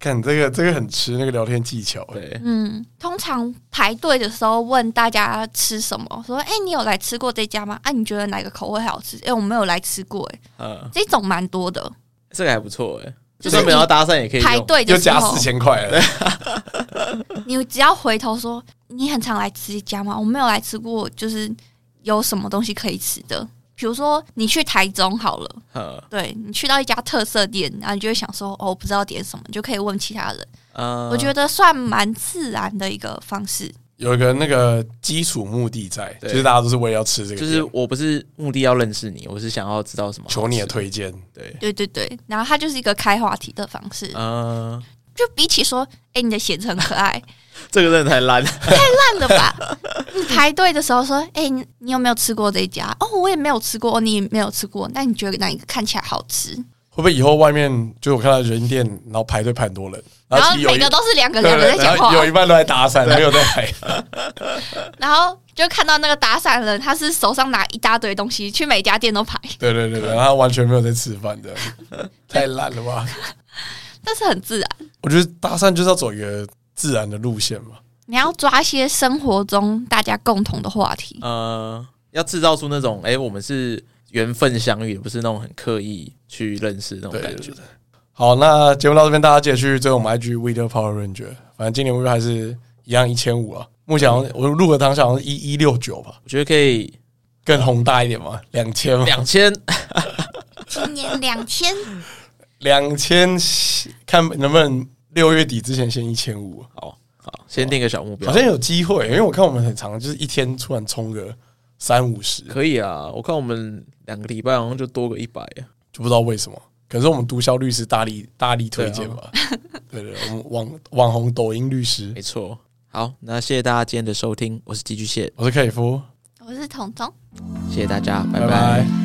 看这个这个很吃那个聊天技巧。 对， 嗯，通常排队的时候问大家吃什么，说哎、欸，你有来吃过这家吗？啊，你觉得哪个口味好吃？哎、欸，我没有来吃过、欸，哎，嗯，这种蛮多的， 这个还不错，哎、欸，就算没有搭讪也可以排队的时候就加四千块了。 你只要回头说你很常来吃一家吗？我没有来吃过，就是有什么东西可以吃的。比如说你去台中好了，对，你去到一家特色店，然后你就会想说哦，我不知道点什么，你就可以问其他人。嗯，我觉得算蛮自然的一个方式。 有一个那个基础目的在，就是大家都是为了要吃这个， 就是我不是目的要认识你，我是想要知道什么， 求你的推荐。对对对对，然后它就是一个开话题的方式。嗯，就比起说，哎、欸，你的鞋子很可爱。 这个真的太烂了， 太烂了吧！你排队的时候说：“哎、欸，你有没有吃过这一家？”哦，我也没有吃过，你也没有吃过。那你觉得哪一个看起来好吃？ 会不会以后外面就我看到人店，然后排队排很多人， 然后每个都是两个两个在讲话， 有一半都在搭讪，没有在排。 然后就看到那个搭讪人，他是手上拿一大堆东西，去每家店都排。 对对对对，然后他完全没有在吃饭的，太烂了吧！ 但是很自然。 我觉得搭讪就是要走一个自然的路线嘛。 你要抓一些生活中大家共同的话题， 呃，要制造出那种哎、欸，我们是缘分相遇，不是那种很刻意去认识那种感觉。对对对， 好，那节目到这边，大家记得去追我们 I G Weeder Power Ranger。反正今年目标还是一样一千五啊。目前我录的当下好像是一一六九吧， 我觉得可以更宏大一点嘛，两千， 两千， 今年两千， 两千，看能不能六月底之前先一千五。 好。好，先定个小目标， 好像有机会，因为我看我们很长，就是一天突然冲个三五十， 可以啊。我看我们两个礼拜好像就多个一百， 就不知道为什么。可是我们毒枭律师大力大力推荐嘛，对 对, 对，我们网网红抖音律师， 没错。好，那谢谢大家今天的收听，我是寄居蟹， 我是克里夫， 我是彤彤， 谢谢大家，拜拜。 拜拜。